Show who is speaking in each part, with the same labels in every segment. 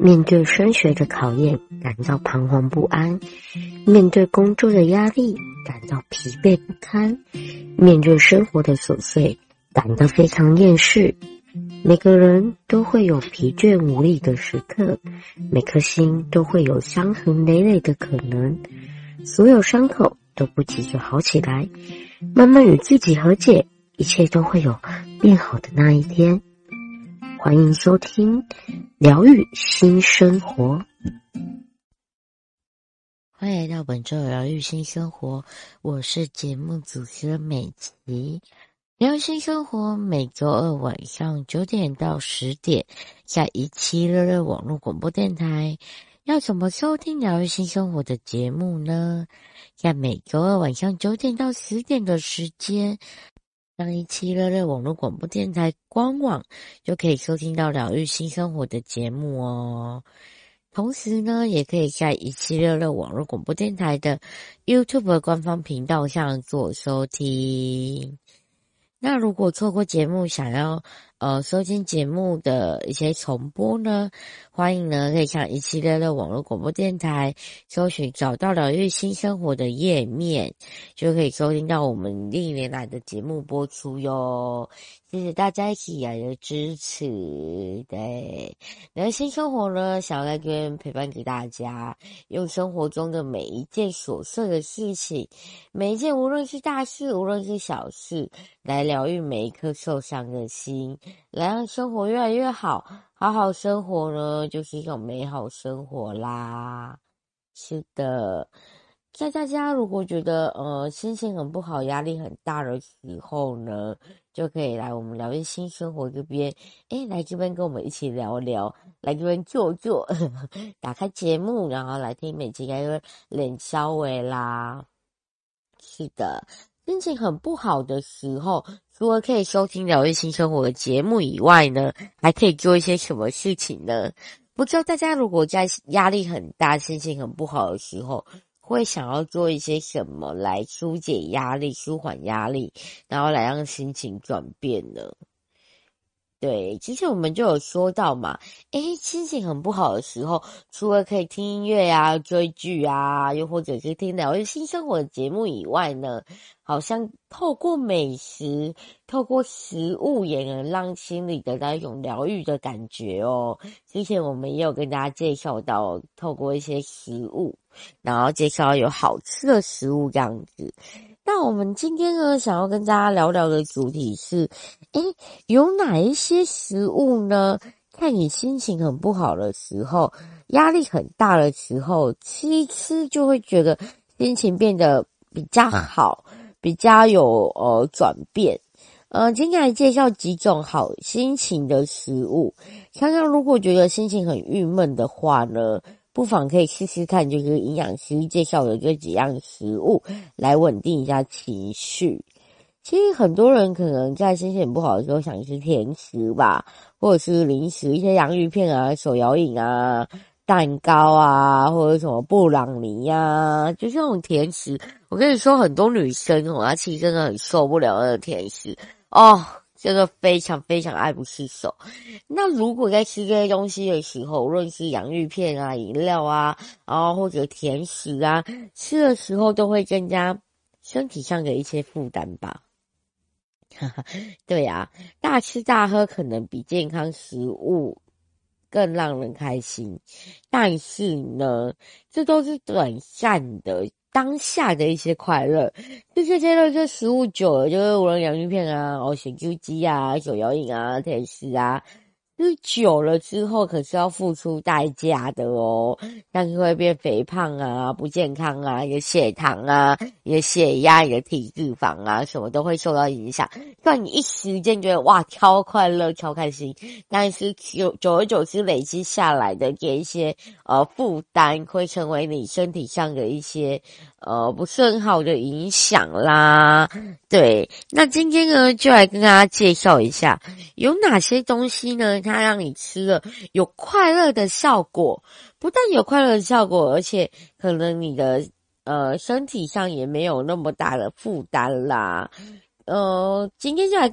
Speaker 1: 面对升学的考验，感到彷徨不安；面对工作的压力，感到疲惫不堪；面对生活的琐碎，感到非常厌世。每个人都会有疲倦无力的时刻，每颗心都会有伤痕累累的可能。所有伤口都不急着好起来，慢慢与自己和解，一切都会有变好的那一天。欢迎收听疗愈新生活。欢迎来到本周的疗愈新生活，我是节目主持人美琪。疗愈新生活每周二晚上9点到10点，在1766网络广播电台。要怎么收听疗愈新生活的节目呢？在每周二晚上9点到10点的时间，上1766网络广播电台官网就可以收听到疗愈新生活的节目哦。同时呢，也可以在1766网络广播电台的 YouTube 官方频道上做收听。那如果错过节目，想要收听节目的一些重播呢，欢迎呢可以上1766网络广播电台搜寻找到疗愈新生活的页面，就可以收听到我们历年来的节目播出哟。谢谢大家一起以来的支持。对，疗愈新生活呢，想要在这边陪伴给大家，用生活中的每一件琐碎的事情，每一件无论是大事无论是小事，来疗愈每一颗受伤的心，来让生活越来越好。好好生活呢，就是一种美好生活啦。是的，在大家如果觉得心情很不好，压力很大的时候呢，就可以来我们疗愈新生活这边，来这边跟我们一起聊聊，来这边坐，打开节目，然后来听美琪跟冷小伟啦。是的，心情很不好的时候，除了可以收听疗愈新生活的节目以外呢，还可以做一些什么事情呢？不知道大家如果在压力很大、心情很不好的时候，会想要做一些什么来疏解压力、舒缓压力，然后来让心情转变呢？对，之前我们就有说到嘛，心情很不好的时候，除了可以听音乐啊、追剧啊，又或者是听疗愈新生活的节目以外呢，好像透过美食、透过食物也能让心里得到一种疗愈的感觉哦。之前我们也有跟大家介绍到，透过一些食物，然后介绍有好吃的食物这样子。那我们今天呢，想要跟大家聊聊的主题是，有哪一些食物呢？看你心情很不好的时候，压力很大的时候，吃一吃就会觉得心情变得比较好，比较有转变。今天来介绍几种好心情的食物，看看如果觉得心情很郁闷的话呢，不妨可以试试看，就是营养师介绍的这几样食物来稳定一下情绪。其实很多人可能在心情很不好的时候想吃甜食吧，或者是零食，一些洋芋片啊、手摇饮啊、蛋糕啊，或者什么布朗尼啊，就是那种甜食。我跟你说，很多女生她其实真的很受不了那个甜食哦，真的非常非常爱不释手。那如果在吃这些东西的时候，无论是洋芋片啊、饮料啊，然后或者甜食啊，吃的时候都会增加身体上的一些负担吧。对啊，大吃大喝可能比健康食物更让人开心，但是呢，这都是短暂的当下的一些快乐。这些食物久了，就是无论洋芋片啊、咸猪鸡啊、手摇饮啊、甜食啊，就是久了之后，可是要付出代价的哦，像是会变肥胖啊、不健康啊、你的血糖啊、你的血压、你的体脂肪啊，什么都会受到影响。虽然你一时间觉得哇超快乐、超开心，但是久而久之累积下来的这一些负担，会成为你身体上的一些不是很好的影响啦。对，那今天呢，就来跟大家介绍一下有哪些东西呢，它让你吃了有快乐的效果，不但有快乐的效果，而且可能你的身体上也没有那么大的负担啦。今天就来跟大家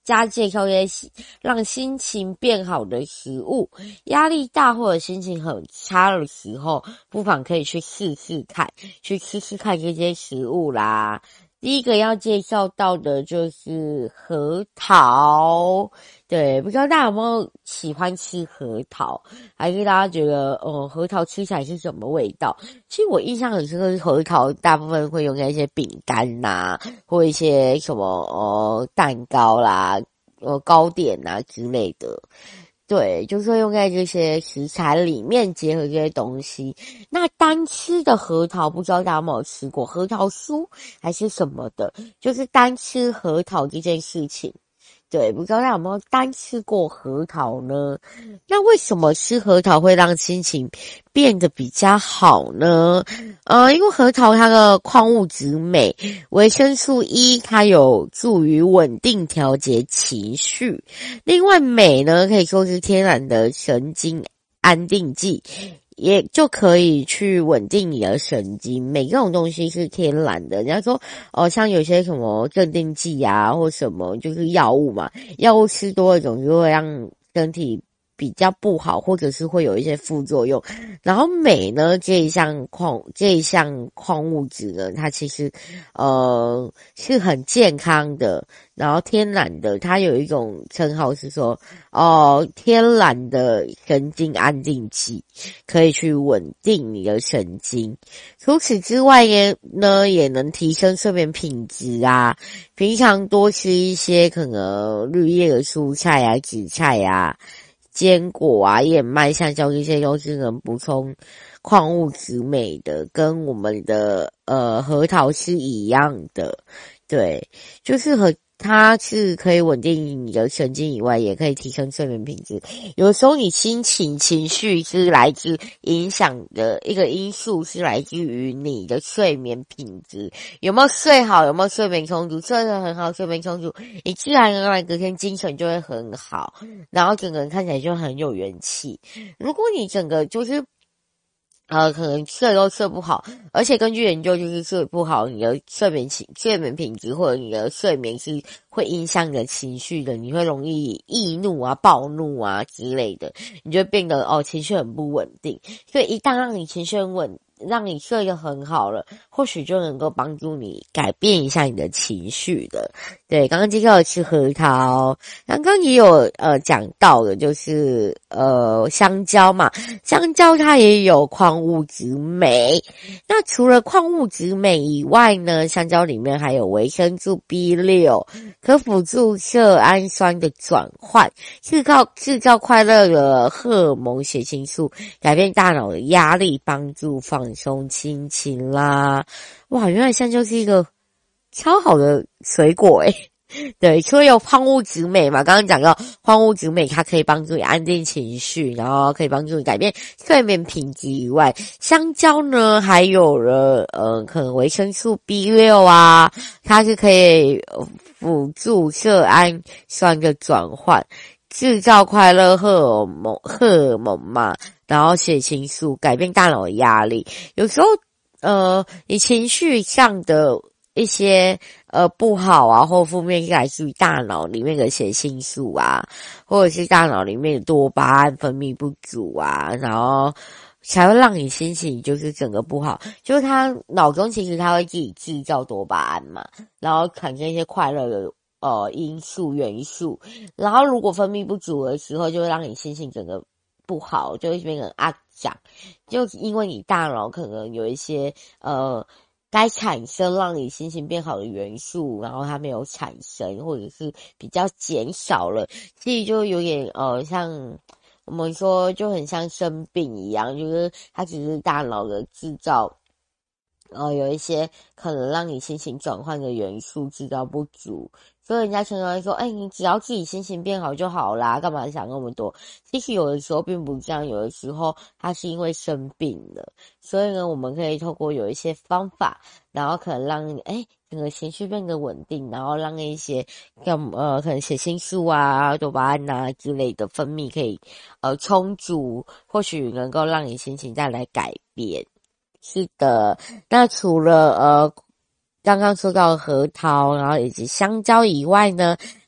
Speaker 1: 加介绍一些让心情变好的食物。压力大或者心情很差的时候，不妨可以去试试看，去吃吃看这些食物啦。第一个要介绍到的就是核桃。对，不知道大家有没有喜欢吃核桃，还是大家觉得核桃吃起来是什么味道？其实我印象很深刻，核桃大部分会用在一些饼干呐，或一些什么蛋糕啦、糕点呐之类的。对，就是会用在这些食材里面结合这些东西。那单吃的核桃，不知道大家有没有吃过核桃酥还是什么的？就是单吃核桃这件事情。对，不知道大家有没有单吃过核桃呢？那为什么吃核桃会让心情变得比较好呢？因为核桃它的矿物质镁、维生素 E， 它有助于稳定调节情绪。另外，镁呢可以说是天然的神经安定剂。也就可以去稳定你的神经，每这种东西是天然的。人家说，像有些什么镇定剂啊，或什么就是药物嘛，药物吃多了总就会让身体比较不好，或者是会有一些副作用。然后镁呢，这一项矿物质呢，它其实是很健康的，然后天然的，它有一种称号是说天然的神经安定剂，可以去稳定你的神经。除此之外呢，也能提升睡眠品质啊。平常多吃一些可能绿叶的蔬菜啊、紫菜啊、坚果啊、燕麦、香蕉，这些都是能补充矿物质镁的，跟我们的核桃是一样的。对，就是它是可以稳定你的神经以外，也可以提升睡眠品质。有时候你情绪是来自影响的一个因素，是来自于你的睡眠品质有没有睡好，有没有睡眠充足。睡得很好，睡眠充足，你自然而然隔天精神就会很好，然后整个人看起来就很有元气。如果你整个就是可能睡都睡不好，而且根据研究，就是睡不好，你的睡眠品质或者你的睡眠是会影响你的情绪的，你会容易易怒啊、暴怒啊之类的，你就会变得情绪很不稳定。所以一旦让你情绪很稳，让你睡得很好了，或许就能够帮助你改变一下你的情绪的。对，刚刚介绍的吃核桃，刚刚也有讲到的，就是香蕉嘛，香蕉它也有矿物质镁。那除了矿物质镁以外呢，香蕉里面还有维生素 B6， 可辅助色氨酸的转换，制造快乐的荷尔蒙血清素，改变大脑的压力，帮助放松心情啦。哇，原来香蕉是一个超好的水果诶。对，除了有矿物质镁嘛，刚刚讲到矿物质镁，它可以帮助你安定情绪，然后可以帮助你改变睡眠品质以外，香蕉呢还有了可能维生素 B6 啊，它是可以辅助色氨酸的转换，制造快乐荷尔蒙嘛，然后血清素，改变大脑的压力。有时候你情绪上的一些不好啊，或负面是来自于大脑里面的血清素啊，或者是大脑里面的多巴胺分泌不足啊，然后才会让你心情就是整个不好。就是他脑中其实他会自己制造多巴胺嘛，然后产生一些快乐的元素，然后如果分泌不足的时候，就会让你心情整个不好，就会变成讲，就因为你大脑可能有一些该产生让你心情变好的元素，然后它没有产生，或者是比较减少了，其实就有点像我们说就很像生病一样，就是它只是大脑的制造有一些可能让你心情转换的元素制造不足，所以人家常常会说，你只要自己心情变好就好啦，干嘛想那么多？其实有的时候并不这样，有的时候它是因为生病了，所以呢，我们可以透过有一些方法，然后可能让整个情绪变得稳定，然后让一些可能血清素啊、多巴胺啊之类的分泌可以充足，或许能够让你心情带来改变。是的，那除了刚刚说到核桃，然后以及香蕉以外呢，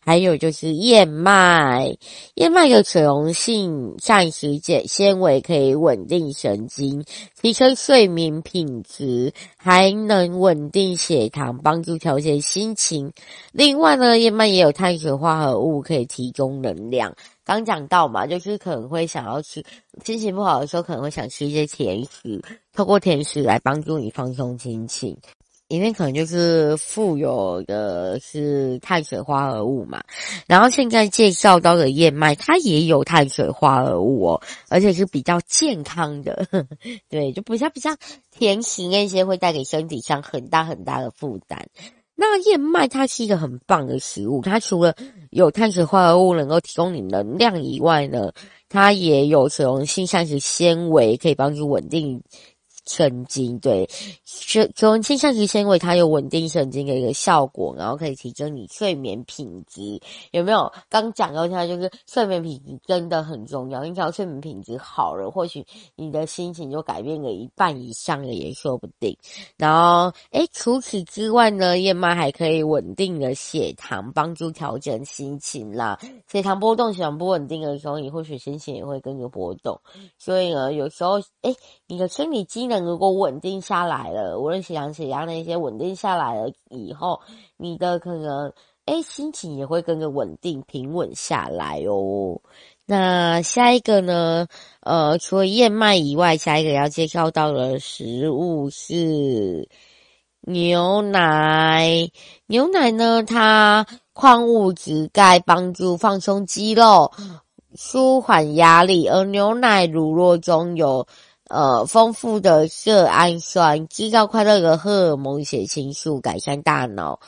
Speaker 1: 还有就是燕麦，燕麦的水溶性膳食纤维可以稳定神经，提升睡眠品质，还能稳定血糖，帮助调节心情。另外呢，燕麦也有碳水化合物可以提供能量。刚讲到嘛，就是可能会想要吃，心情不好的时候可能会想吃一些甜食，透过甜食来帮助你放松心情。里面可能就是富有的是碳水化合物嘛，然后现在介绍到的燕麦，它也有碳水化合物哦，而且是比较健康的，对，就不像甜食那些会带给身体上很大很大的负担。那燕麦它是一个很棒的食物，它除了有碳水化合物能够提供你能量以外呢，它也有水溶性膳食纤维可以帮助稳定神经，对，水溶性膳食纤维它有稳定神经的一个效果，然后可以提升你睡眠品质，有没有？刚讲到现在就是睡眠品质真的很重要，你只要睡眠品质好了，或许你的心情就改变了一半以上了也说不定。然后，除此之外呢，燕麦还可以稳定的血糖，帮助调整心情啦。血糖波动、血糖不稳定的时候，你或许心情也会跟着波动。所以呢，有时候，你的生理机能如果稳定下来了，无论血糖、血压那些稳定下来了以后，你的可能，心情也会跟着稳定、平稳下来哦。那下一个呢？除了燕麦以外，下一个要介绍到的食物是牛奶。牛奶呢，它矿物质钙帮助放松肌肉，舒缓压力，而牛奶乳酪中有丰富的色氨酸，制造快乐的荷尔蒙血清素，改善大脑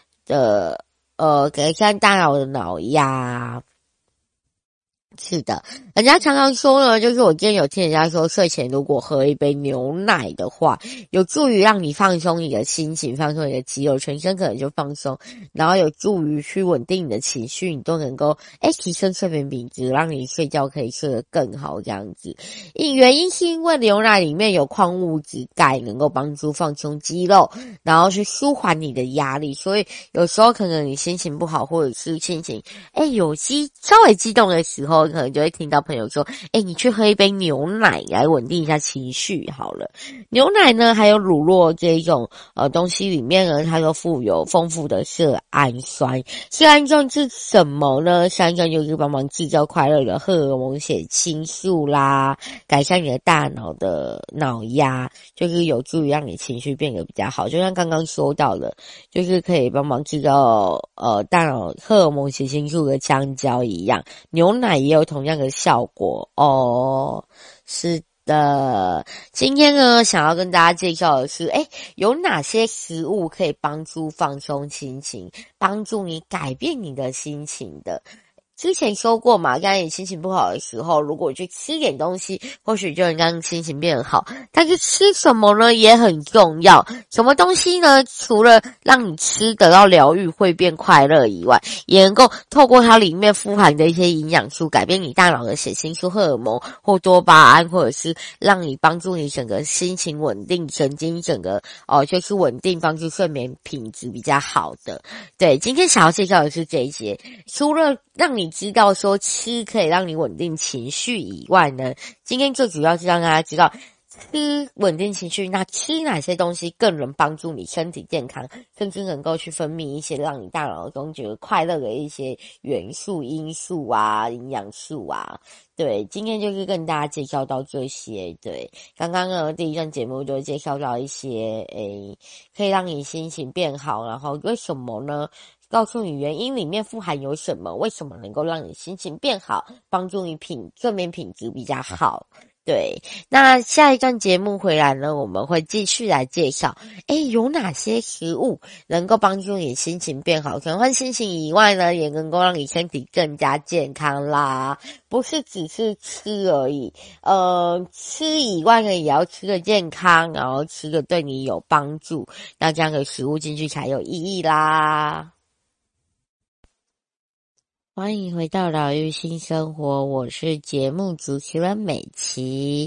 Speaker 1: 的脑压。是的，人家常常说呢，就是我今天有听人家说，睡前如果喝一杯牛奶的话，有助于让你放松你的心情，放松你的肌肉，全身可能就放松，然后有助于去稳定你的情绪，你都能够提升睡眠品质，让你睡觉可以睡得更好这样子。原因是因为牛奶里面有矿物质钙，能够帮助放松肌肉，然后去舒缓你的压力，所以有时候可能你心情不好，或者是心情稍微激动的时候，可能就会听到朋友说，你去喝一杯牛奶来稳定一下情绪好了。牛奶呢，还有乳酪这种东西里面呢，它都富有丰富的色氨酸。色氨酸是什么呢？色氨酸就是帮忙制造快乐的荷尔蒙血清素啦，改善你的大脑的脑压，就是有助于让你情绪变得比较好。就像刚刚说到的，就是可以帮忙制造大脑荷尔蒙血清素的香蕉一样，牛奶也有同样的效果哦。是的，今天呢，想要跟大家介绍的是，有哪些食物可以帮助放松心情，帮助你改变你的心情的。之前说过嘛，刚才你心情不好的时候，如果去吃点东西，或许就能让心情变好。但是吃什么呢也很重要。什么东西呢？除了让你吃得到疗愈会变快乐以外，也能够透过它里面富含的一些营养素，改变你大脑的血清素、荷尔蒙或多巴胺，或者是让你帮助你整个心情稳定，神经整个就是稳定，帮助睡眠品质比较好的。对，今天想要介绍的是这一些，除了让你知道说吃可以让你稳定情绪以外呢，今天最主要是让大家知道吃稳定情绪，那吃哪些东西更能帮助你身体健康，甚至能够去分泌一些让你大脑中觉得快乐的一些元素、因素啊、营养素啊。对，今天就是跟大家介绍到这些。对，刚刚呢第一段节目就介绍到一些可以让你心情变好，然后为什么呢？告诉你原因里面富含有什么，为什么能够让你心情变好，帮助你睡眠品质比较好。对，那下一段节目回来呢，我们会继续来介绍，有哪些食物能够帮助你心情变好，转换心情以外呢，也能够让你身体更加健康啦。不是只是吃而已，吃以外呢，也要吃的健康，然后吃的对你有帮助，那这样的食物进去才有意义啦。欢迎回到疗愈新生活，我是节目主持人美琪。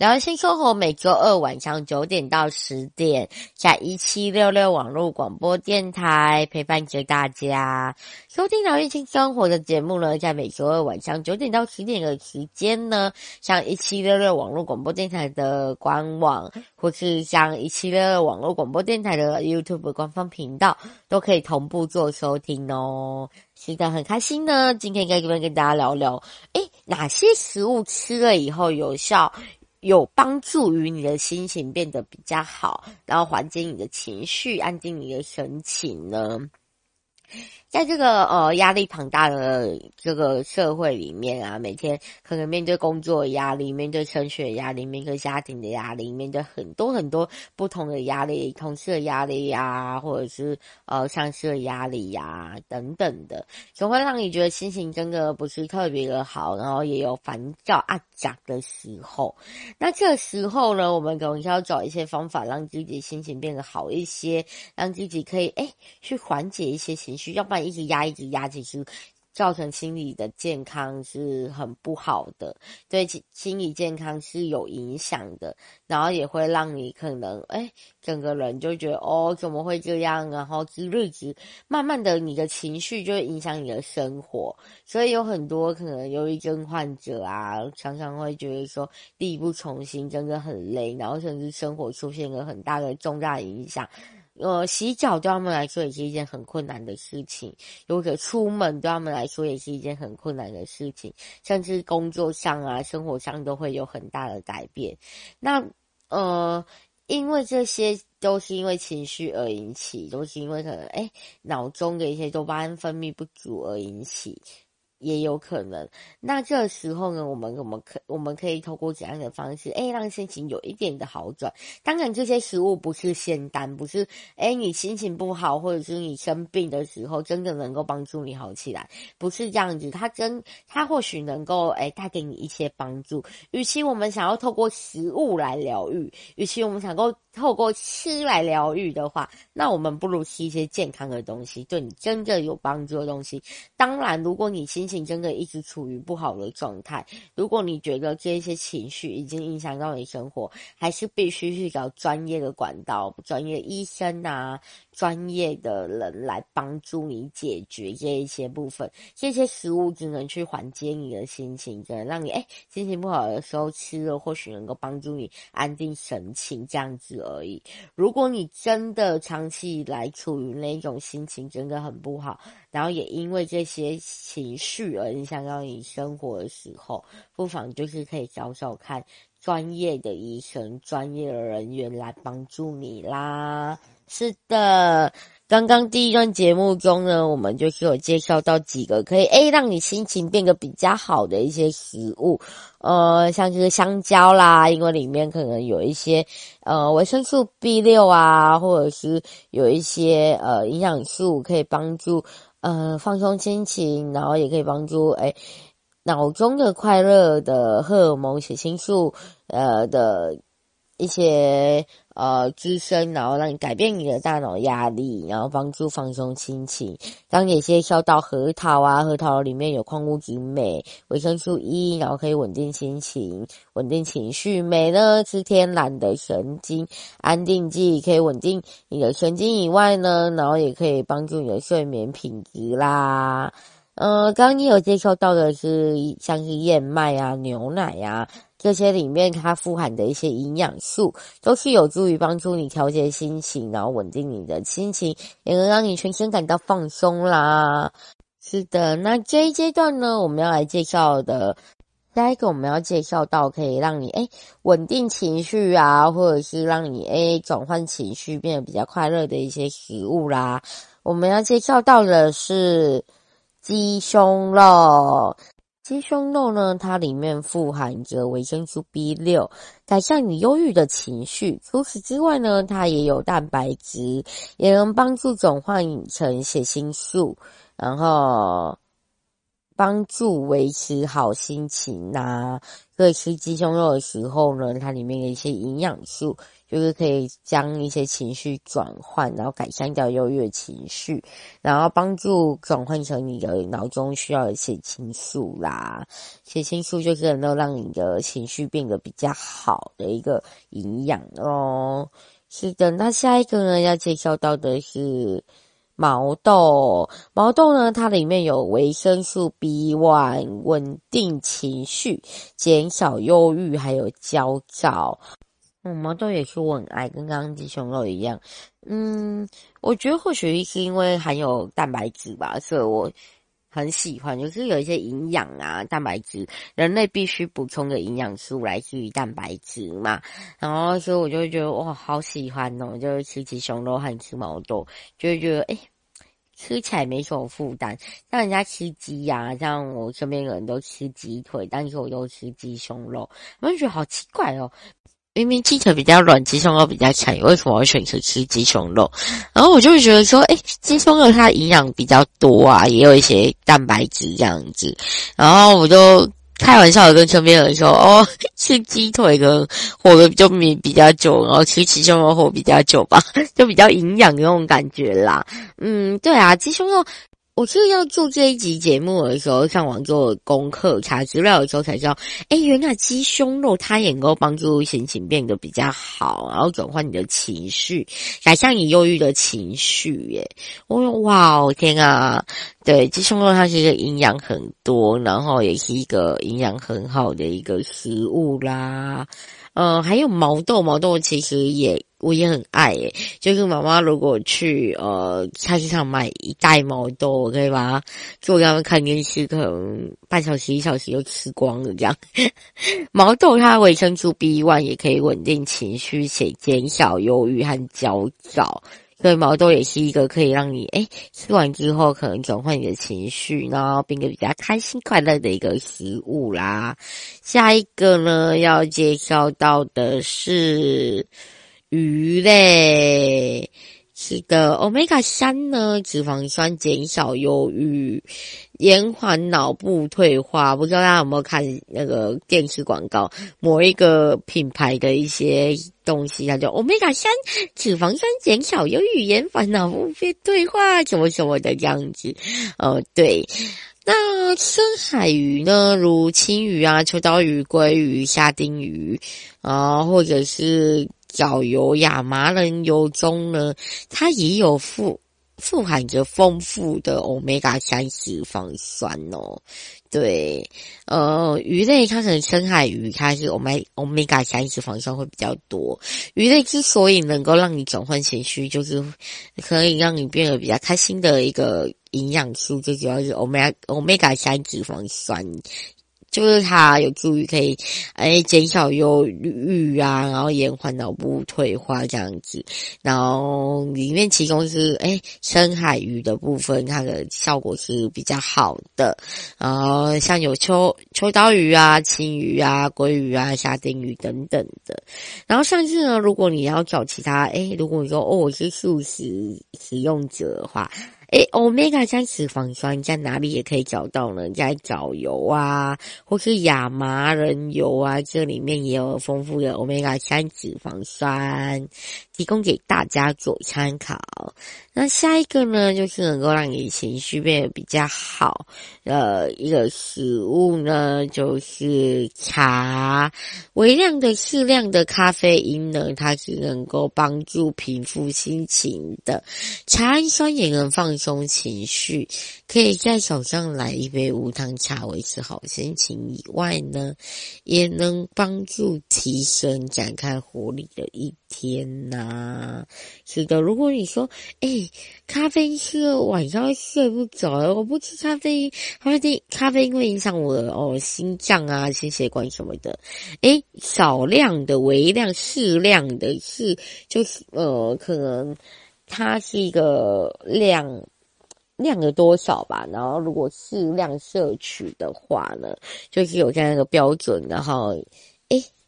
Speaker 1: 疗愈新生活每周二晚上9点到10点，在1766网络广播电台陪伴着大家。收听疗愈新生活的节目呢，在每周二晚上9点到10点的时间呢，像1766网络广播电台的官网，或是像1766网络广播电台的 YouTube 官方频道，都可以同步做收听哦。是的，很开心呢，今天在这边跟大家聊聊，哪些食物吃了以后有效，有帮助于你的心情变得比较好，然后缓解你的情绪，安定你的神情呢？在这个压力庞大的这个社会里面啊，每天可能面对工作的压力，面对升学的压力，面对家庭的压力，面对很多很多不同的压力，同事的压力呀，或者是上司的压力呀等等的，总会让你觉得心情真的不是特别的好，然后也有烦躁讲的时候。那这个时候呢，我们可能要找一些方法让自己心情变得好一些，让自己可以去缓解一些情绪，要不然一直压，其实造成心理的健康是很不好的，对心理健康是有影响的，然后也会让你可能整个人就觉得怎么会这样，然后日子慢慢的你的情绪就会影响你的生活，所以有很多可能忧郁症患者啊，常常会觉得说力不从心，真的很累，然后甚至生活出现了很大的重大的影响。洗脚对他们来说也是一件很困难的事情，或者出门对他们来说也是一件很困难的事情，甚至工作上啊、生活上都会有很大的改变。那因为这些都是因为情绪而引起，都是因为可能脑中的一些多巴胺分泌不足而引起。也有可能，那这个时候呢，我们可以透过怎样的方式，让心情有一点的好转。当然，这些食物不是仙丹，不是你心情不好或者是你生病的时候，真的能够帮助你好起来，不是这样子。它或许能够带给你一些帮助。与其我们想要透过食物来疗愈，与其我们想够透过吃来疗愈的话，那我们不如吃一些健康的东西，对你真的有帮助的东西。当然，如果你心情真的一直处于不好的状态，如果你觉得这些情绪已经影响到你生活，还是必须去找专业的管道、专业医生啊、专业的人来帮助你解决这一些部分。这些食物只能去缓解你的心情，只能让你心情不好的时候吃了，或许能够帮助你安定神情这样子而已。如果你真的长期以来处于那种心情真的很不好，然后也因为这些情绪而影响到你生活的时候，不妨就是可以找找看专业的医生、专业的人员来帮助你啦。是的，刚刚第一段节目中呢，我们就是有介绍到几个可以让你心情变得比较好的一些食物，像就是香蕉啦，因为里面可能有一些维生素 B6 啊，或者是有一些营养素可以帮助放松心情，然后也可以帮助脑中的快乐的荷尔蒙血清素的一些滋生，然后让你改变你的大脑压力，然后帮助放松心情。刚也介绍到核桃啊，核桃里面有矿物质镁、维生素 E， 然后可以稳定心情、稳定情绪。镁呢是天然的神经安定剂，可以稳定你的神经以外呢，然后也可以帮助你的睡眠品质啦。刚刚也有介绍到的是像是燕麦啊、牛奶啊。这些里面它富含的一些营养素，都是有助于帮助你调节心情，然后稳定你的心情，也能让你全身感到放松啦。是的，那这一阶段呢，我们要来介绍的，下一个我们要介绍到可以让你稳定情绪啊，或者是让你转换情绪变得比较快乐的一些食物啦。我们要介绍到的是鸡胸肉。鸡胸肉呢，它里面富含着维生素 B6，改善你忧郁的情绪。除此之外呢，它也有蛋白质，也能帮助转换成血清素，然后帮助维持好心情啊。所以吃鸡胸肉的时候呢，它里面的一些营养素就是可以将一些情绪转换，然后改善掉忧郁的情绪，然后帮助转换成你的脑中需要的血清素啦。血清素就是能够让你的情绪变得比较好的一个营养哦。是的，那下一个呢要介绍到的是毛豆。毛豆呢，它里面有维生素 B1， 稳定情绪，减少忧郁，还有焦躁。毛豆也是我很爱，跟刚刚鸡胸肉一样。我觉得或许是因为含有蛋白质吧，所以我很喜欢，就是有一些营养啊，蛋白质，人类必须补充的营养素来自于蛋白质嘛。然后所以我就会觉得哇，好喜欢哦，就是吃鸡胸肉和吃毛豆，就会觉得吃起来没什么负担。像人家吃鸡呀，像我身边的人都吃鸡腿，但是我都吃鸡胸肉，我就觉得好奇怪哦。明明鸡腿比较软，鸡胸肉比较强，为什么我会选择吃鸡胸肉？然后我就会觉得说，鸡胸肉它营养比较多啊，也有一些蛋白质这样子。然后我就开玩笑的跟身边的人说，吃鸡腿的活得就比较久，然后吃鸡胸肉活比较久吧，就比较营养的那种感觉啦。对啊，鸡胸肉。我是要做这一集节目的时候，上网做功课、查资料的时候才知道，原来鸡胸肉它也能够帮助心情变得比较好，然后转换你的情绪，改善你忧郁的情绪耶。我说哇，天啊！对，鸡胸肉它是一个营养很多，然后也是一个营养很好的一个食物啦。还有毛豆其实我也很爱耶，就是妈妈如果去菜市场买一袋毛豆，我可以把它做给他们看电视，可能半小时1小时就吃光了这样。毛豆它维生素 B1 也可以稳定情绪且减少忧郁和焦躁。所以毛豆也是一个可以让你吃完之后可能转换你的情绪，然后变得比较开心快乐的一个食物啦。下一个呢要介绍到的是鱼类。是的 ，Omega-3 呢，脂肪酸减少忧郁，延缓脑部退化。不知道大家有没有看那个电视广告，某一个品牌的一些东西，它叫 Omega-3，脂肪酸减少忧郁，延缓脑部退化，什么什么的这样子。对。那深海鱼呢，如青鱼啊、秋刀鱼、鲑鱼、沙丁鱼或者是藻油、亚麻仁油中呢，它也有富含着丰富的 Omega-3 脂肪酸哦。对，鱼类它可能深海鱼它是 Omega-3 脂肪酸会比较多。鱼类之所以能够让你转换情绪，就是可以让你变得比较开心的一个营养素，最主要是 Omega-3 脂肪酸。就是它有助于可以减少忧郁啊，然后延缓脑部退化这样子。然后里面其中是深海鱼的部分，它的效果是比较好的。然后像有秋刀鱼啊、青鱼啊、鲑鱼啊、沙丁鱼等等的。然后像是呢，如果你要找其他如果你说我是素食使用者的话。Omega-3 脂肪酸在哪里也可以找到呢？在藻油啊，或是亚麻仁油啊，这里面也有丰富的 Omega-3 脂肪酸，提供给大家做参考。那下一个呢，就是能够让你情绪变得比较好一个食物呢，就是茶。适量的咖啡因呢，它是能够帮助平复心情的。茶氨酸也能放松情绪，可以在早上来一杯无糖茶维持好心情以外呢，也能帮助提升展开活力的一天呐。是的，如果你说咖啡因吃了晚上睡不着，我不吃咖啡因，咖啡因会影响我的心脏啊、心血管什么的。少量的、微量、适量的就是可能它是一个量的多少吧，然后如果适量摄取的话呢，就是有这样一个标准，然后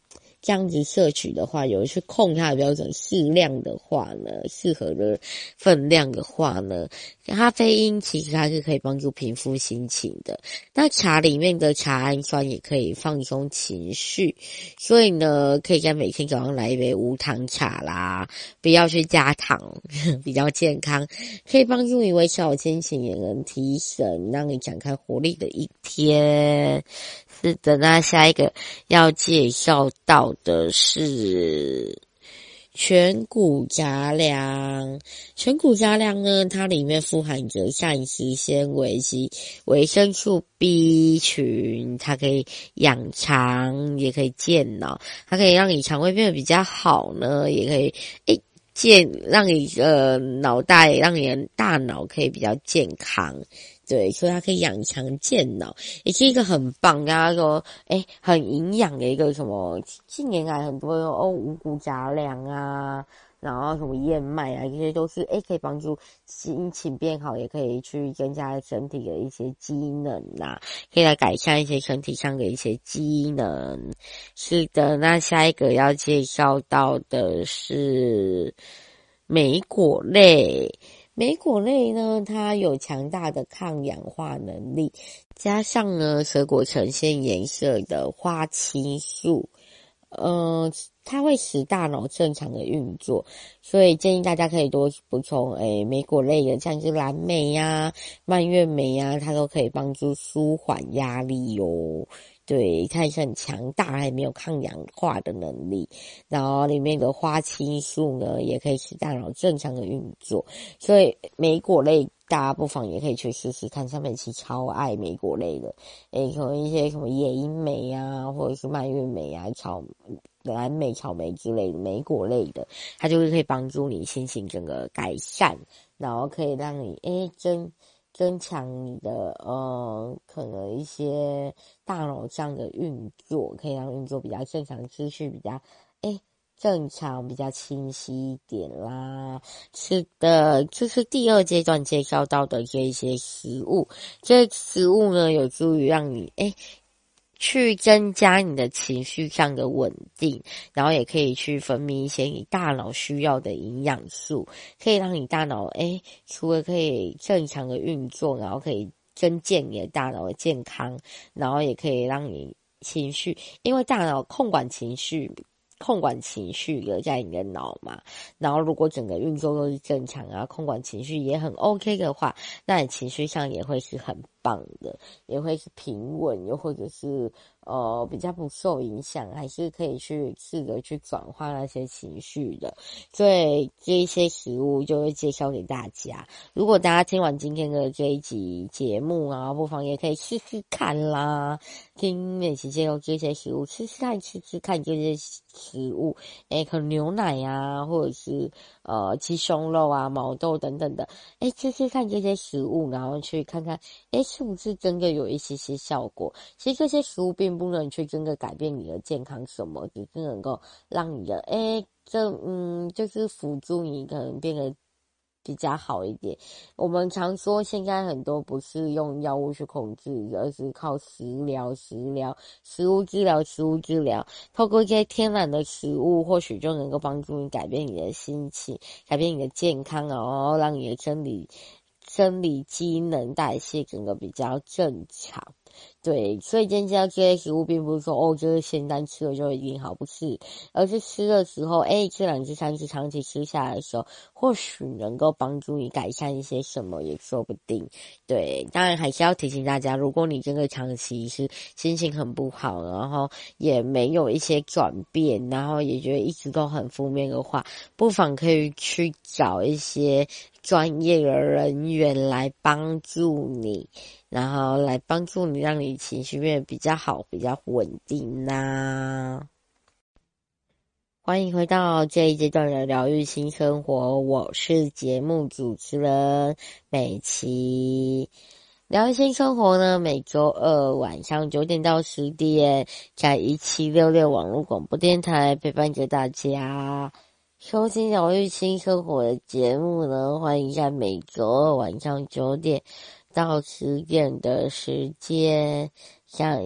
Speaker 1: 这样子摄取的话，有去控它的标准，适量的话呢，适合的分量的话呢，咖啡因其实它是可以帮助平复心情的。那茶里面的茶氨酸也可以放松情绪，所以呢，可以在每天早上来一杯无糖茶啦，不要去加糖，比较健康，可以帮助你维持好心情，也能提神，让你展开活力的一天。是的，那下一个要介绍到的是全谷杂粮。全谷杂粮呢，它里面富含着膳食纤维及维生素 B 群，它可以养肠，也可以健脑，它可以让你肠胃变得比较好呢，也可以让你脑袋，让你的大脑可以比较健康。对，所以它可以养肠健脑，也是一个很棒，大家说，很营养的一个什么，近年来很多五谷杂粮啊，然后什么燕麦啊，这些都是可以帮助心情变好，也可以去增加身体的一些机能啦，可以来改善一些身体上的一些机能。是的，那下一个要介绍到的是莓果类。莓果类呢，它有强大的抗氧化能力，加上呢水果呈现颜色的花青素，它会使大脑正常的运作，所以建议大家可以多补充莓果类的，像是蓝莓呀、蔓越莓呀，它都可以帮助舒缓压力哟。对，它也是很强大，还没有抗氧化的能力。然后里面的花青素呢，也可以使大脑正常的运作。所以莓果类大家不妨也可以去试试看，上面其实超爱莓果类的，可能一些什么野樱莓啊，或者是蔓越莓啊、蓝莓、草莓之类的莓果类的，它就是可以帮助你心情整个改善，然后可以让你增强你的可能一些大脑上的运作，可以让运作比较正常，思绪比较正常，比较清晰一点啦。是的，这是第二阶段介绍到的这一些食物，这食物呢有助于让你去增加你的情绪上的稳定，然后也可以去分泌一些你大脑需要的营养素，可以让你大脑除了可以正常的运作，然后可以增健你的大脑的健康，然后也可以让你情绪，因为大脑控管情绪的在你的脑嘛，然后如果整个运作都是正常啊，控管情绪也很 OK 的话，那你情绪上也会是很棒的，也会是平稳，又或者是比较不受影响，还是可以去试着去转化那些情绪的。所以这一些食物就会介绍给大家。如果大家听完今天的这一集节目啊，不妨也可以试试看啦，听美琪介绍这些食物，试试看这些食物，可能牛奶啊，或者是鸡胸肉啊、毛豆等等的，试试看这些食物，然后去看看，是不是真的有一些效果。其实这些食物并不能去真的改变你的健康什么，只是能够让你的就是辅助你可能变得比较好一点。我们常说现在很多不是用药物去控制，而是靠食物治疗。透过一些天然的食物，或许就能够帮助你改变你的心情，改变你的健康，然后让你的生理机能代谢整个比较正常。对，所以今天这些食物并不是说就是仙丹吃了就一定好，不是，而是吃的时候一次两次三次长期吃下来的时候，或许能够帮助你改善一些什么也说不定。对，当然还是要提醒大家，如果你真的长期是心情很不好，然后也没有一些转变，然后也觉得一直都很负面的话，不妨可以去找一些专业的人员来帮助你，然后来帮助你，让你情绪变得比较好，比较稳定啦。欢迎回到这一阶段的疗愈新生活，我是节目主持人美琪。疗愈新生活呢，每周二晚上9点到10点，在1766网络广播电台陪伴着大家。收听疗愈新生活的节目呢，欢迎在每周二晚上9点到10点的时间， 像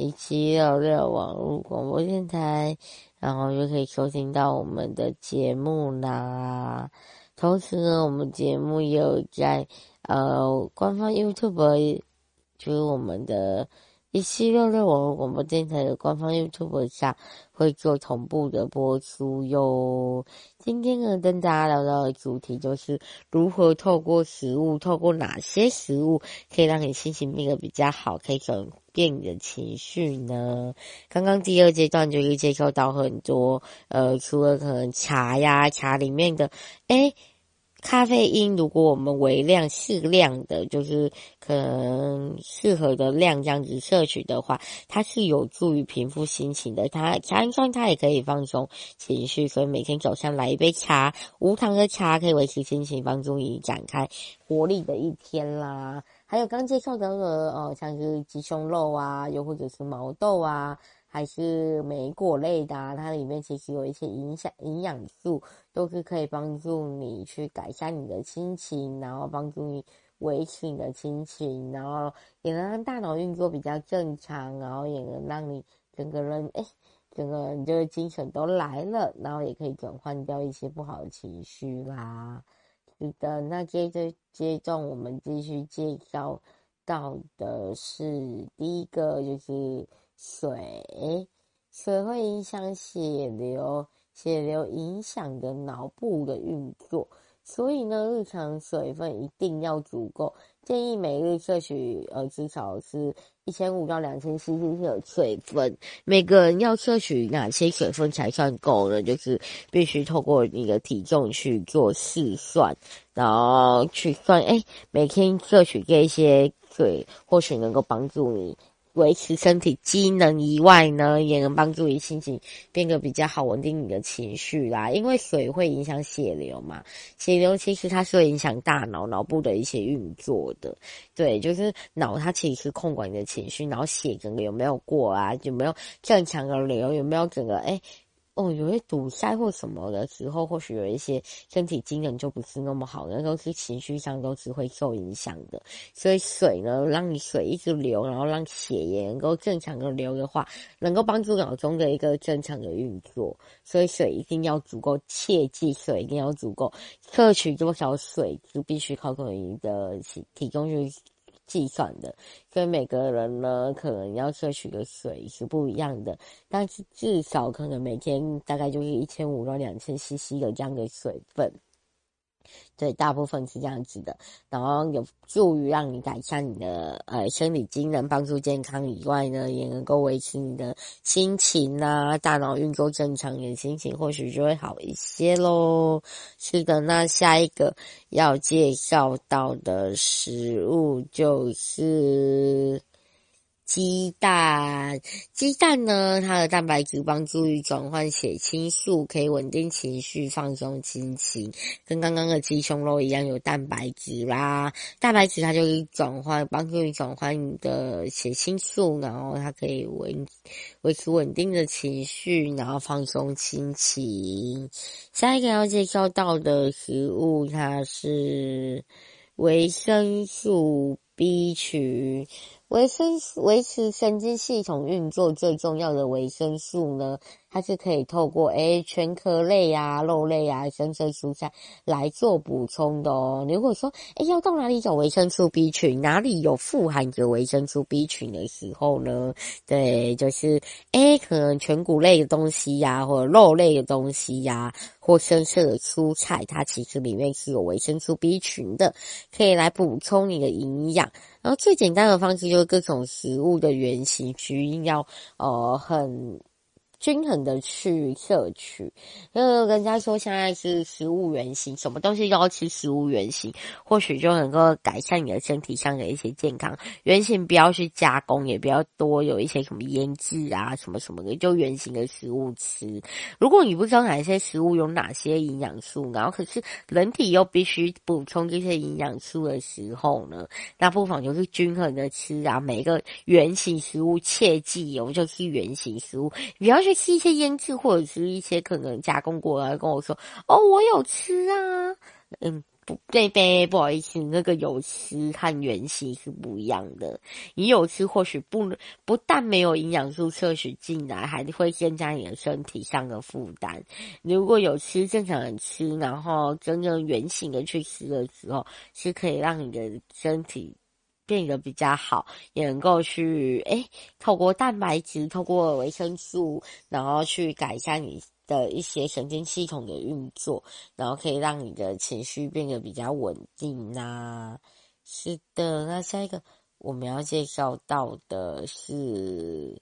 Speaker 1: 1766网络广播电台，然后就可以收听到我们的节目啦。同时呢，我们节目也有在官方 YouTube， 就是我们的1766网络广播电台的官方 YouTube 上会做同步的播出哟。今天呢，跟大家聊到的主题就是如何透过食物，透过哪些食物可以让你心情变得比较好，可以转变你的情绪呢？刚刚第二阶段就是接受到很多除了可能茶呀，茶里面的咖啡因，如果我们微量适量的，就是可能适合的量这样子摄取的话，它是有助于平复心情的。茶因酸它也可以放松情绪，所以每天早上来一杯茶，无糖的茶可以维持心情，帮助你展开活力的一天啦。还有刚介绍到的像是鸡胸肉啊，又或者是毛豆啊，还是莓果类的啊，它里面其实有一些营养素，都是可以帮助你去改善你的心情，然后帮助你维持你的心情，然后也能让大脑运作比较正常，然后也能让你整个人就是精神都来了，然后也可以转换掉一些不好的情绪啦。是的，那接着我们继续介绍到的是第一个，就是水。水会影响血流，血流影响的脑部的运作，所以呢，日常水分一定要足够。建议每日摄取至少是1500到2000cc 的水分。每个人要摄取哪些水分才算够呢？就是必须透过你的体重去做试算，然后去算，每天摄取这些水，或许能够帮助你维持身体机能以外呢，也能帮助你心情变得比较好，稳定你的情绪啦。因为水会影响血流嘛，血流其实它是会影响大脑部的一些运作的。对，就是脑它其实是控管你的情绪，然后血整个有没有过啊，有没有正常的流，有没有整个有些堵塞或什么的时候，或许有一些身体机能就不是那么好的，那都是情绪上都是会受影响的。所以水呢，让你水一直流，然后让血也能够正常的流的话，能够帮助脑中的一个正常的运作。所以水一定要足够，切记水一定要足够。摄取多少水就必须靠你的体重去计算的，所以每个人呢，可能要摄取的水是不一样的，但是至少可能每天大概就是1500到2000cc 的这样的水分。对，大部分是这样子的，然后有助于让你改善你的生理机能，帮助健康以外呢，也能够维持你的心情啊，大脑运作正常，你的心情或许就会好一些咯。是的，那下一个要介绍到的食物就是鸡蛋。鸡蛋呢，它的蛋白质帮助于转换血清素，可以稳定情绪，放松心情，跟刚刚的鸡胸肉一样有蛋白质啦。蛋白质它就是帮助你转换你的血清素，然后它可以维持稳定的情绪，然后放松心情。下一个要介绍到的食物，它是维生素 B 群。维持神经系统运作最重要的维生素呢，它是可以透过全壳类啊、肉类啊、深色蔬菜来做补充的哦。如果说要到哪里找维生素 B 群，哪里有富含着维生素 B 群的时候呢，对，就是可能全谷类的东西呀，或者肉类的东西呀，或深色的蔬菜，它其实里面是有维生素 B 群的，可以来补充你的营养。然后最简单的方式就是各种食物的原型一定要很均衡的去摄取。人家说现在是食物原型，什么东西都要吃食物原型，或许就能够改善你的身体上的一些健康。原型不要去加工，也不要多有一些什么腌制啊什么什么的，就原型的食物吃。如果你不知道哪些食物有哪些营养素，然后可是人体又必须补充这些营养素的时候呢，那不妨就是均衡的吃啊，每一个原型食物切记就是原型食物，不要去吃一些腌制或者是一些可能加工过来跟我说我有吃啊， 不好意思，那个有吃和原型是不一样的。你有吃或许不但没有营养素摄取进来，还会增加你的身体上的负担。如果有吃正常的吃，然后真正原形的去吃的时候，是可以让你的身体变得比较好，也能够去透过蛋白质、透过维生素，然后去改善你的一些神经系统的运作，然后可以让你的情绪变得比较稳定啊。是的，那下一个我们要介绍到的是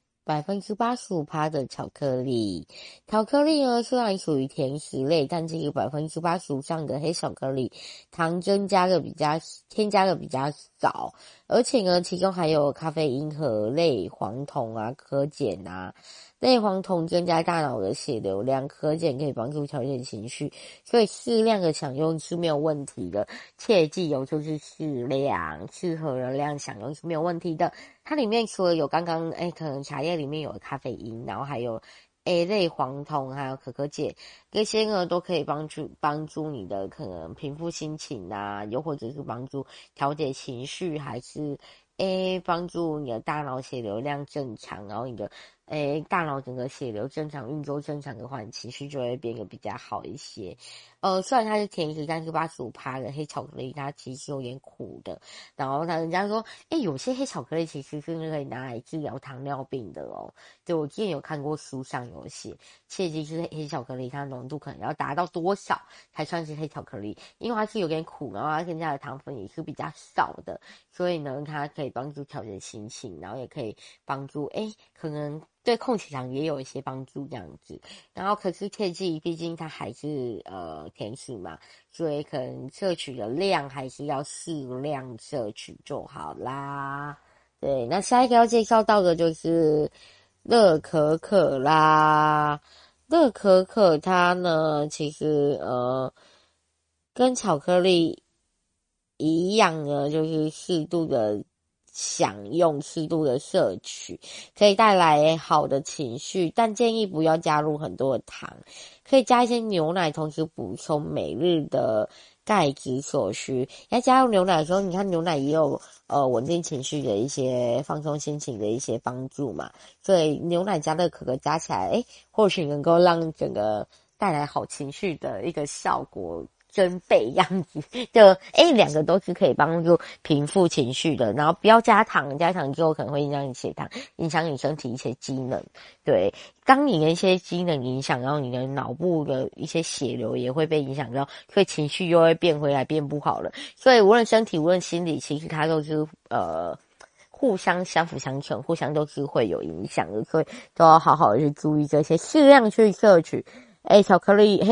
Speaker 1: 85%的巧克力。巧克力呢，虽然属于甜食类，但这个85%以上的黑巧克力糖添加的比较少，而且呢，其中还有咖啡因和类黄酮啊、可碱啊。类黄酮增加大脑的血流量，可碱可以帮助调节情绪，所以适量的享用是没有问题的。切记就是适量，适合的量享用是没有问题的。它里面除了有刚刚可能茶叶里面有咖啡因，然后还有 A 类黄酮，还有可碱，这些呢都可以帮助你的可能平复心情啊，又或者是帮助调节情绪，还是帮助你的大脑血流量正常，然后你的大脑整个血流正常运作正常的话，你情绪就会变得比较好一些。虽然它是甜食，但是85%的黑巧克力它其实有点苦的。然后人家说，有些黑巧克力其实是可以拿来治疗糖尿病的哦。对，我之前有看过书上有写，切记是黑巧克力它浓度可能要达到多少才算是黑巧克力，因为它是有点苦，然后它添加的糖分也是比较少的，所以呢，它可以帮助调节心情，然后也可以帮助可能对控血糖也有一些帮助这样子。然后可是切记，毕竟它还是甜食嘛，所以可能摄取的量还是要适量摄取就好啦。对，那下一个要介绍到的就是乐可可啦。乐可可它呢，其实跟巧克力一样呢，就是适度的享用、适度的摄取，可以带来好的情绪，但建议不要加入很多的糖，可以加一些牛奶，同时补充每日的钙质所需。要加入牛奶的时候，你看牛奶也有稳定情绪的一些、放松心情的一些帮助嘛，所以牛奶加乐可可加起来，或许能够让整个带来好情绪的一个效果增倍样子的，两个都是可以帮助平复情绪的。然后不要加糖，加糖之后可能会影响你血糖，影响你身体一些机能。对，当你的一些机能影响到你的脑部的一些血流也会被影响到，所以情绪又会变回来变不好了。所以无论身体无论心理，其实它都是互相相辅相成，互相都是会有影响的，所以都要好好的去注意这些，适量去摄取。巧克力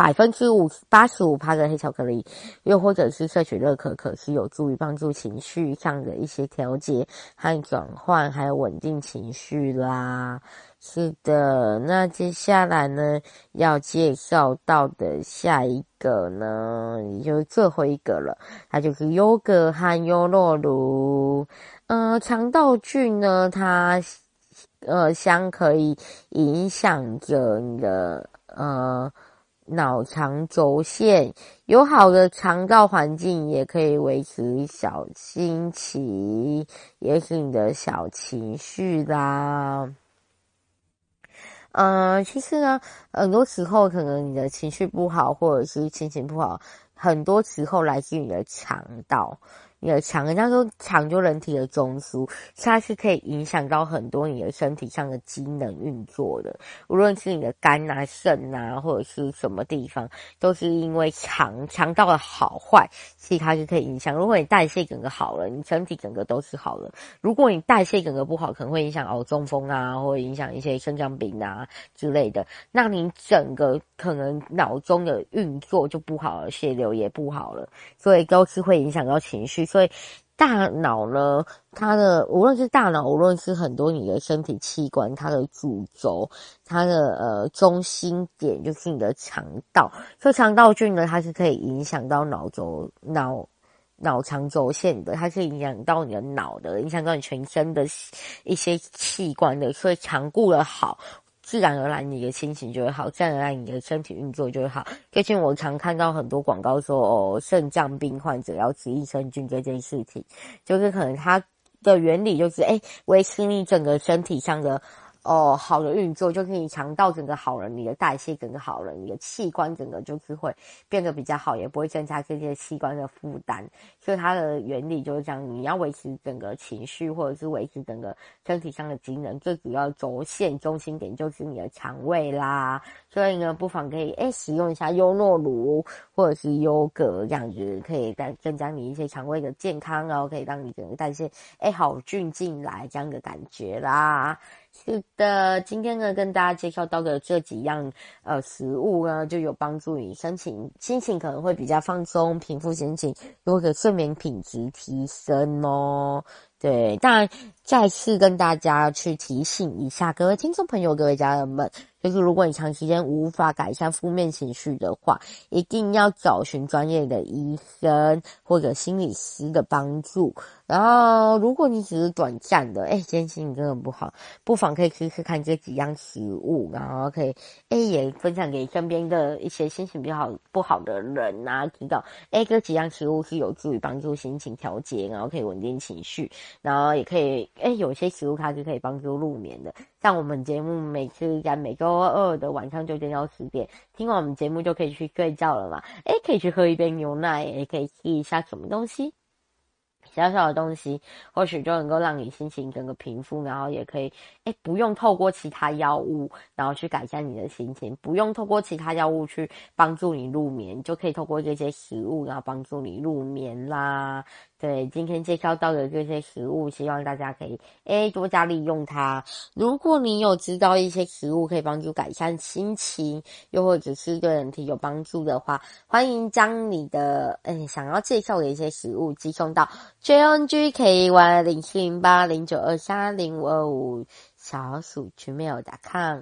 Speaker 1: 85%的黑巧克力，又或者是摄取乐可可，是有助于帮助情绪上的一些调节和转换，还有稳定情绪啦。是的，那接下来呢，要介绍到的下一个呢，也就是最后一个了，它就是优格和优酪乳。肠道菌呢，它相可以影响着你的脑肠轴线，有好的肠道环境也可以维持小心情，也是你的小情绪啦。其实呢，很多时候可能你的情绪不好，或者是心情不好，很多时候来自于你的肠道。你的肠，人家说肠就人体的中枢，它是可以影响到很多你的身体上的机能运作的。无论是你的肝啊、肾啊，或者是什么地方，都是因为肠道的好坏，其实它是可以影响。如果你代谢整个好了，你身体整个都是好了。如果你代谢整个不好，可能会影响中风啊，或者影响一些肾脏病啊之类的。那你整个可能脑中的运作就不好了，血流也不好了，所以都是会影响到情绪。所以大脑呢，它的无论是大脑，无论是很多你的身体器官，它的主轴，它的中心点就是你的肠道。所以肠道菌呢，它是可以影响到脑肠轴线的，它是影响到你的脑的，影响到你全身的一些器官的，所以肠顾得好， 自然而然你的心情就会好，自然而然你的身体运作就会好。最近我常看到很多广告说肾脏病患者要吃益生菌这件事情，就是可能它的原理就是维持你整个身体上的好的运作，就是你肠道整个好了，你的代谢整个好了，你的器官整个就是会变得比较好，也不会增加这些器官的负担。所以它的原理就是这样，你要维持整个情绪或者是维持整个身体上的机能，最主要轴线中心点就是你的肠胃啦。所以呢，不妨可以使用一下优诺乳或者是优格这样子，可以增加你一些肠胃的健康，然后可以让你整个代谢好菌进来这样的感觉啦。是的，今天呢跟大家介绍到的这几样食物呢，就有帮助你心情可能会比较放松，平复心情，或者睡眠品质提升哦。对，当然再次跟大家去提醒一下各位听众朋友、各位家人们，就是如果你长时间无法改善负面情绪的话，一定要找寻专业的医生或者心理师的帮助。然后如果你只是短暂的今天心情真的不好，不妨可以试试看这几样食物，然后可以也分享给身边的一些心情比较不好的人啊，知道这几样食物是有助于帮助心情调节，然后可以稳定情绪，然后也可以有些食物它是可以帮助入眠的。像我们节目每次在每周二的晚上9点到10点，听完我们节目就可以去睡觉了嘛。可以去喝一杯牛奶，也可以吃一下什么东西。小小的东西或许就能够让你心情整个平复，然后也可以不用透过其他药物然后去改善你的心情，不用透过其他药物去帮助你入眠，就可以透过这些食物然后帮助你入眠啦。对，今天介绍到的这些食物，希望大家可以多加利用它。如果你有知道一些食物可以帮助改善心情，又或者是对人体有帮助的话，欢迎将你的想要介绍的一些食物寄送到 JNGKY040809230525小鼠 gmail.com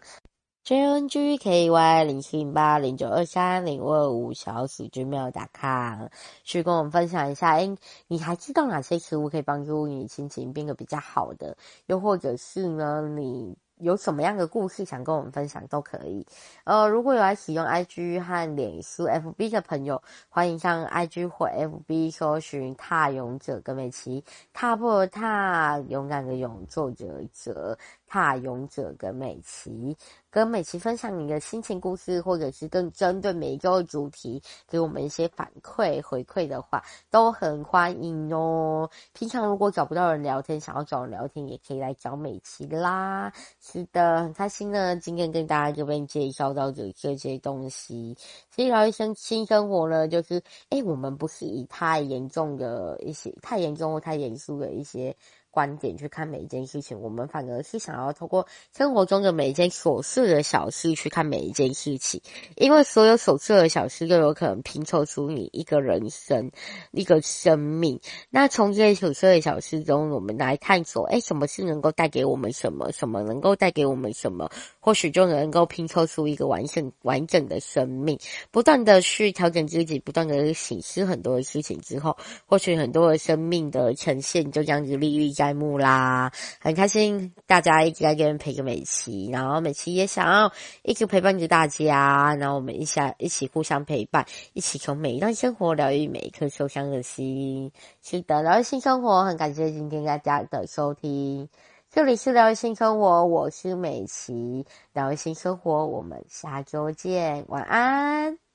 Speaker 1: JNGKY040809230525小鼠 gmail.com 去跟我们分享一下你还知道哪些食物可以帮助你心情变得比较好的，又或者是呢你有什么样的故事想跟我们分享都可以。如果有来使用 IG 和脸书 FB 的朋友，欢迎上 IG 或 FB 搜寻踏勇者跟美琪，踏破的踏，勇敢的勇，作者的者，踏勇者跟美琪，跟美琪分享你的心情故事，或者是更针对每一周的主题给我们一些回馈的话，都很欢迎哦。平常如果找不到人聊天，想要找人聊天，也可以来找美琪啦。是的，很开心呢，今天跟大家这边介绍到的这些东西。其实聊一生新生活呢，就是我们不是以太严重或太严肃的一些观点去看每一件事情，我们反而是想要透过生活中的每一件琐碎的小事去看每一件事情，因为所有琐碎的小事都有可能拼凑出你一个人生，一个生命。那从这些琐碎的小事中，我们来探索什么是能够带给我们什么，什么能够带给我们什么，或许就能够拼凑出一个完整的生命。不断的去调整自己，不断的省思很多的事情之后，或许很多的生命的呈现就这样子历历在目啦。很开心大家一直在这边陪着美琪，然后美琪也想要一直陪伴着大家，然后我们一起互相陪伴，一起从每一段生活疗愈每一颗受伤的心。是的，疗愈新生活，很感谢今天大家的收听。这里是疗愈新生活，我是美琪，疗愈新生活，我们下周见，晚安。